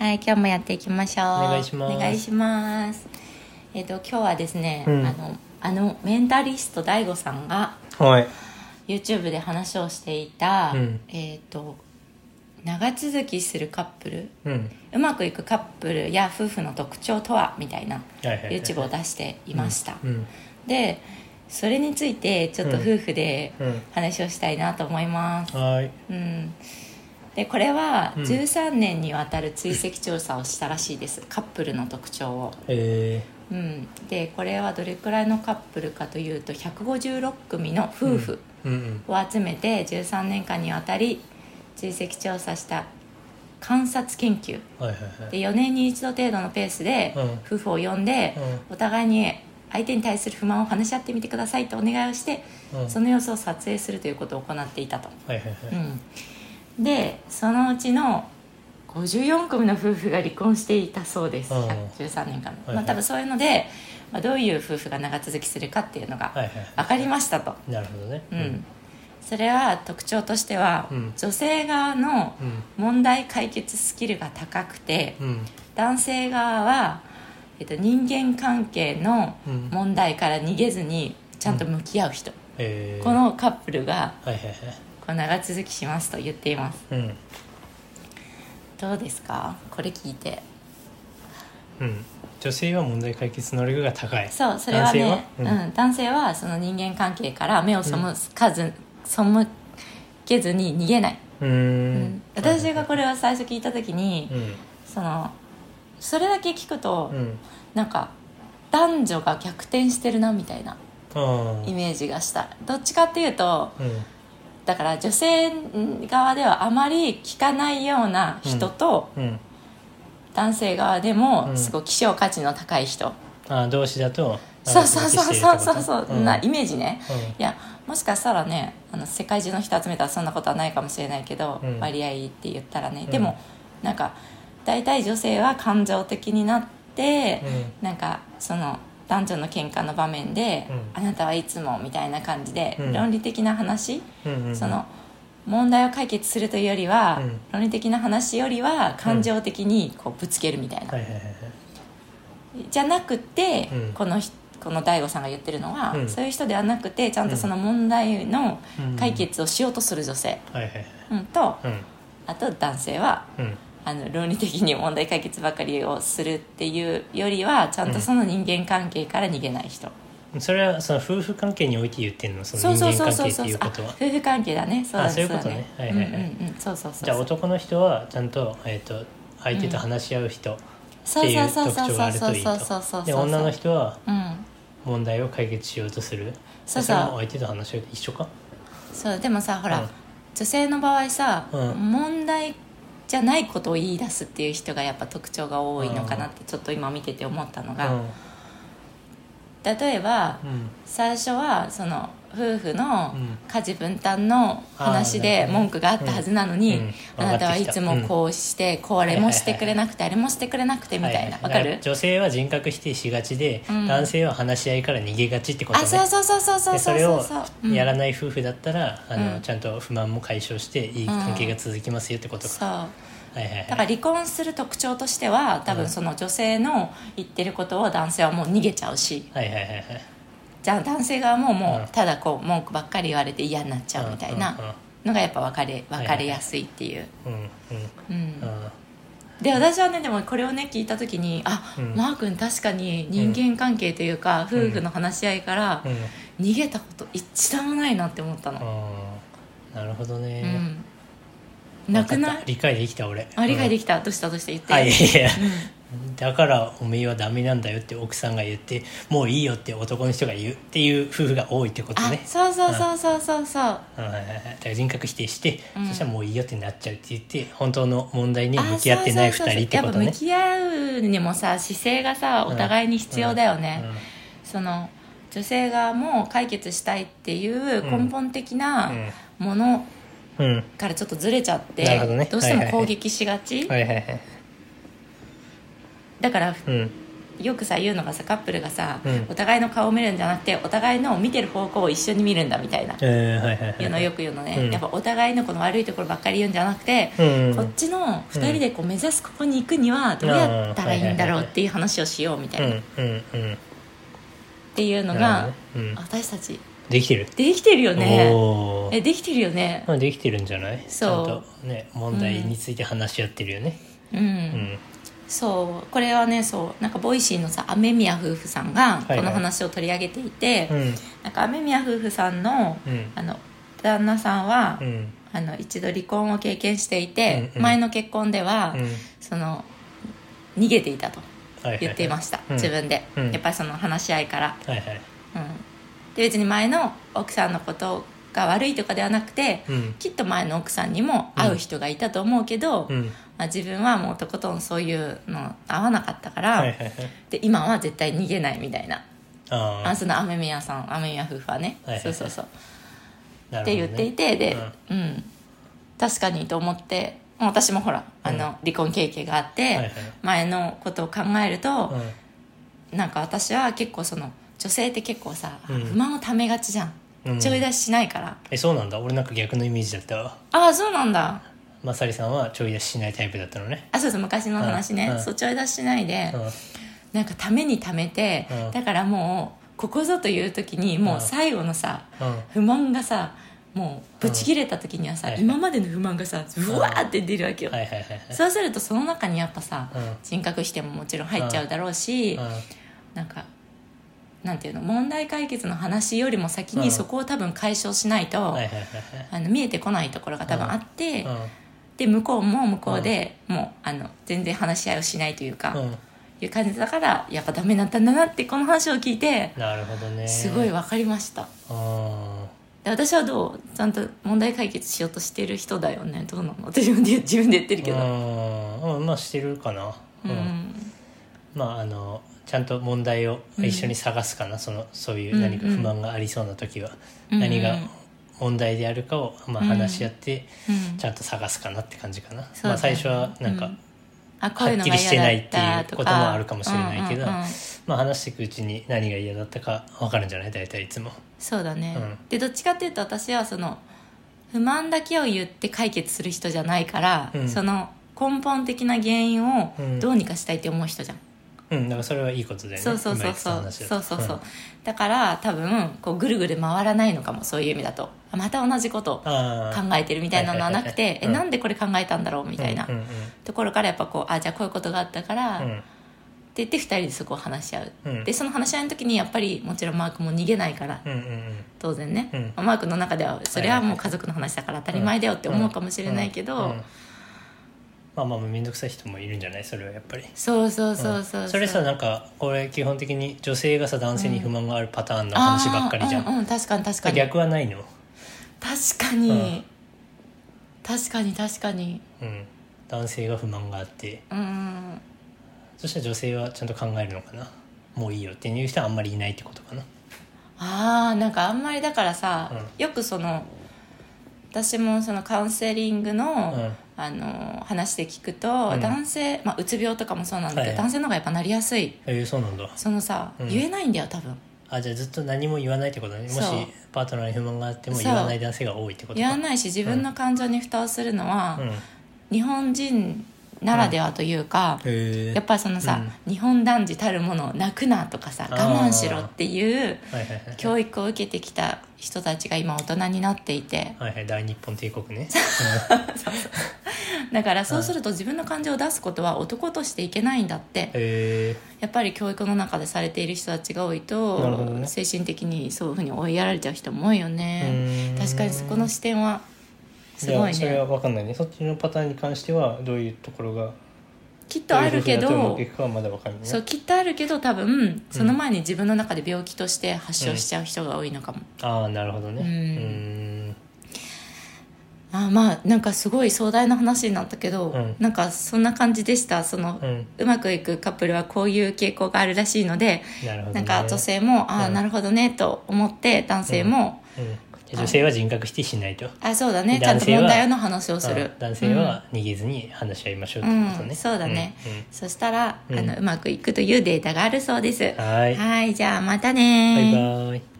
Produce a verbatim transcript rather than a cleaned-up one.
はい、今日もやっていきましょう。 お願いします。 お願いします。えっと今日はですね、 うん、 あのあのメンタリスト ダイゴ さんが、 はい、 YouTube で話をしていた、 うん、 えっと長続きするカップル、 うん、 うまくいくカップルや夫婦の特徴とはみたいな YouTube を出していました。 うんうん、 でそれについてちょっと夫婦で話をしたいなと思います。 うん、はい、 うん、でこれはじゅうさんねんにわたる追跡調査をしたらしいです、カップルの特徴を。 えーうん、でこれはどれくらいのカップルかというとひゃくごじゅうろっくみの夫婦を集めてじゅうさんねんかんにわたり追跡調査した観察研究、 はいはいはい、 でよねんに一度程度のペースで夫婦を呼んで、うん、お互いに相手に対する不満を話し合ってみてくださいとお願いをして、うん、その様子を撮影するということを行っていたと、 はいはいはい、 うん、でそのうちのごじゅうよんくみの夫婦が離婚していたそうです、うん、じゅうさんねんかん、はいはい、まあ、多分そういうので、まあ、どういう夫婦が長続きするかっていうのが分かりましたと、 はいはいはい、なるほどね、 うんうん、それは特徴としては、うん、女性側の問題解決スキルが高くて、うん、男性側は、えっと、人間関係の問題から逃げずにちゃんと向き合う人、うん、えー、このカップルが、はいはいはい、こう長続きしますと言っています、うん、どうですかこれ聞いて。 うん、女性は問題解決能力が高い。 そう、それはね、男性は、うんうん、男性はその人間関係から目を背かず、うん、背けずに逃げない。うーん、うん、私がこれを最初聞いた時に、うん、そのそれだけ聞くと、うん、なんか男女が逆転してるなみたいなイメージがした。どっちかっていうと、うん、だから女性側ではあまり聞かないような人と、うんうん、男性側でもすごい希少価値の高い人、 うん、あ同士だとそうそうそうそうそうそう、うん、なイメージね、うん、いやもしかしたらねあの世界中の人集めたらそんなことはないかもしれないけど、うん、割合って言ったらね、うん、でもなんか大体女性は感情的になって、うん、なんかその男女の喧嘩の場面で、うん、あなたはいつもみたいな感じで、うん、論理的な話、うん、その問題を解決するというよりは、うん、論理的な話よりは感情的にこうぶつけるみたいな、じゃなくて、うん、このこの大悟さんが言ってるのは、うん、そういう人ではなくてちゃんとその問題の解決をしようとする女性、うん、と、うん、あと男性は、うん、あの論理的に問題解決ばかりをするっていうよりはちゃんとその人間関係から逃げない人、 うん、それはその夫婦関係において言ってるの？その人間関係っていうことは夫婦関係だね。そうだね。 あ、そういうことね。はいはいはい。うんうんうん、そうそうそう。じゃあ男の人はちゃんと、えーと、相手と話し合う人っていう特徴があるといいと。で女の人は、うん問題を解決しようとする。そうそう。それも相手と話し合うと一緒か。 そうでもさほら、うん、女性の場合さ、うん、問題じゃないことを言い出すっていう人がやっぱ特徴が多いのかなってちょっと今見てて思ったのが、うん、例えば、うん、最初はその夫婦の家事分担の話で文句があったはずなのに、うんうん、あなたはいつもこうして、うん、これもしてくれなくて、はいはいはい、あれもしてくれなくてみたいな、わかる？ 女性は人格否定しがちで、うん、男性は話し合いから逃げがちってことね。 あ、そうそうそうそうそうそうそう。 でそれをやらない夫婦だったら、うん、あのちゃんと不満も解消していい関係が続きますよってことか、うん、そうはいはいはい、 だから離婚する特徴としては多分その女性の言ってることを男性はもう逃げちゃうし、 はいはいはいはい、 じゃあ男性側ももうただこう文句ばっかり言われて嫌になっちゃうみたいなのがやっぱ分かれ、分かれやすいっていう、で私はねでもこれをね聞いた時にあ、うん、マー君確かに人間関係というか、うん、夫婦の話し合いから逃げたこと一度もないなって思ったの、 うん、なるほどね、うんなくない？ 理解できた俺。 あ理解できた、うん、どうしたどうした言って。 あいやいや、うん、だからおめえはダメなんだよって奥さんが言ってもういいよって男の人が言うっていう夫婦が多いってことね。 あそうそうそうそうそうそう、うん、だから人格否定して、うん、そしたらもういいよってなっちゃうって言って本当の問題に向き合ってないふたりってことね。 やっぱ向き合うにもさ姿勢がさお互いに必要だよね、うんうんうん、その女性がもう解決したいっていう根本的なもの、うんうんうん、からちょっとずれちゃって、ね、どうしても攻撃しがち、はいはいはい、だから、うん、 よくさ言うのがさカップルがさ、 うん、 お互いの顔を見るんじゃなくてお互いの見てる方向を一緒に見るんだみたいな、 えーはいはいはい、 いうのをよく言うのね、 うん、 やっぱお互いのこの悪いところばっかり言うんじゃなくて、 うん、 こっちのふたりでこう目指すここに行くにはどうやったらいいんだろうっていう話をしようみたいな、 うんうんうん、 っていうのが、ねうん、私たちできてるできてるよね。えできてるよね。 できてるんじゃない。ちゃんとね問題について話し合ってるよね。 うん、うんうん、そうこれはねそうなんかボイシーのさ雨宮夫婦さんがこの話を取り上げていて、はいはい、なんか雨宮夫婦さんの、うん、あの旦那さんは、うん、あの一度離婚を経験していて、うんうん、前の結婚では、うん、その逃げていたと言っていました、はいはいはい、自分で、うん、やっぱりその話し合いから、はいはいうん、で別に前の奥さんのことが悪いとかではなくて、うん、きっと前の奥さんにも会う人がいたと思うけど、うんまあ、自分はもうとことんそういうの合わなかったから、はいはいはい、で今は絶対逃げないみたいなああその雨宮さん雨宮夫婦はね、はいはいはい、そうそうそう、ね、って言っていてで、うんうん、確かにと思って私もほらあの、うん、離婚経験があって、はいはい、前のことを考えると、うん、なんか私は結構その女性って結構さ、うん、不満をためがちじゃん、うん、ちょい出ししないから。 えそうなんだ。俺なんか逆のイメージだったわ。 ああそうなんだ。 まさりさんはちょい出ししないタイプだったのね。 あそうそう昔の話ね、うん、そうちょい出ししないで、うん、なんかためにためて、うん、だからもうここぞという時にもう最後のさ、うん、不満がさもうブチ切れた時にはさ、うん、今までの不満がさうわーって出るわけよ、うんはいはいはいはい、そうするとその中にやっぱさ、うん、人格否定ももちろん入っちゃうだろうし、うん、なんかなんていうの問題解決の話よりも先にそこを多分解消しないと、うん、あの見えてこないところが多分あって、うん、で向こうも向こうで、うん、もうあの全然話し合いをしないというか、うん、いう感じだからやっぱダメだったんだなってこの話を聞いてなるほどねすごい分かりました。あで私はどうちゃんと問題解決しようとしてる人だよね。どうなのって自分で自分で言ってるけどあまあしてるかな、うんうん、まああのちゃんと問題を一緒に探すかな、うん、そのそういう何か不満がありそうな時は、うんうん、何が問題であるかを、まあ、話し合ってちゃんと探すかなって感じかな、うんまあ、最初はなんか、うん、はっきりしてないっていうこともあるかもしれないけど、うんうんうんまあ、話していくうちに何が嫌だったか分かるんじゃない大体いつも。 そうだね、うん、でどっちかっていうと私はその不満だけを言って解決する人じゃないから、うん、その根本的な原因をどうにかしたいって思う人じゃん、 うん、だからそれはいいことだよね。 そうそうそうそうそうそうそう、うん、だから多分こうぐるぐる回らないのかも。そういう意味だとまた同じことを考えてるみたいなのはなくて、えなんでこれ考えたんだろうみたいなところからやっぱこうあじゃあこういうことがあったから、うん、って言ってふたりでそこを話し合う、うん、でその話し合いの時にやっぱりもちろんマークも逃げないから、うんうんうん、当然ね、うん、マークの中ではそれはもう家族の話だから当たり前だよって思うかもしれないけど、うんうんうんまあまあ面倒くさい人もいるんじゃないそれはやっぱり。 そうそうそうそう、うん、 それさなんかこれ基本的に女性がさ男性に不満があるパターンの話ばっかりじゃん、 うんうん、確かに確かに。 逆はないの？ 確かに、うん、確かに確かに、 うん、男性が不満があって、うん、そしたら女性はちゃんと考えるのかな。もういいよっていう人はあんまりいないってことかな。 あーなんかあんまりだからさ、うん、よくその私もそのカウンセリングの、うんあの話で聞くと、うん、男性、まあ、うつ病とかもそうなんだけど、はい、男性の方がやっぱなりやすい。 えー、そうなんだ。 そのさ、うん、言えないんだよ多分。 あじゃあずっと何も言わないってことね。もしパートナーに不満があっても言わない男性が多いってことか。 言わないし自分の感情に蓋をするのは、うん、日本人ならではというか、うん、やっぱりそのさ、うん、日本男児たるもの泣くなとかさ我慢しろっていう教育を受けてきた人たちが今大人になっていて、 はいはい、大日本帝国ねそうそうだからそうすると自分の感情を出すことは男としていけないんだってやっぱり教育の中でされている人たちが多いと、ね、精神的にそういうふうに追いやられちゃう人も多いよね。確かにそこの視点はすごいね。いやそれは分かんないね。そっちのパターンに関してはどういうところがきっとあるけどそうきっとあるけど多分その前に自分の中で病気として発症しちゃう人が多いのかも、 うん、ああなるほどね。うんうんあまあなんかすごい壮大な話になったけど、うん、なんかそんな感じでした。その、うん、うまくいくカップルはこういう傾向があるらしいので、なるほどね、なんか女性もああ、うん、なるほどねと思って男性も、 うん、女性は人格否定しないと。 あ、そうだね。ちゃんと問題の話をする。 男性は逃げずに話し合いましょうってことね、 うん、そうだね、 うんうん、 そしたら、うん、あのうまくいくというデータがあるそうです。 はい、 はい、じゃあまたね。 バイバイ。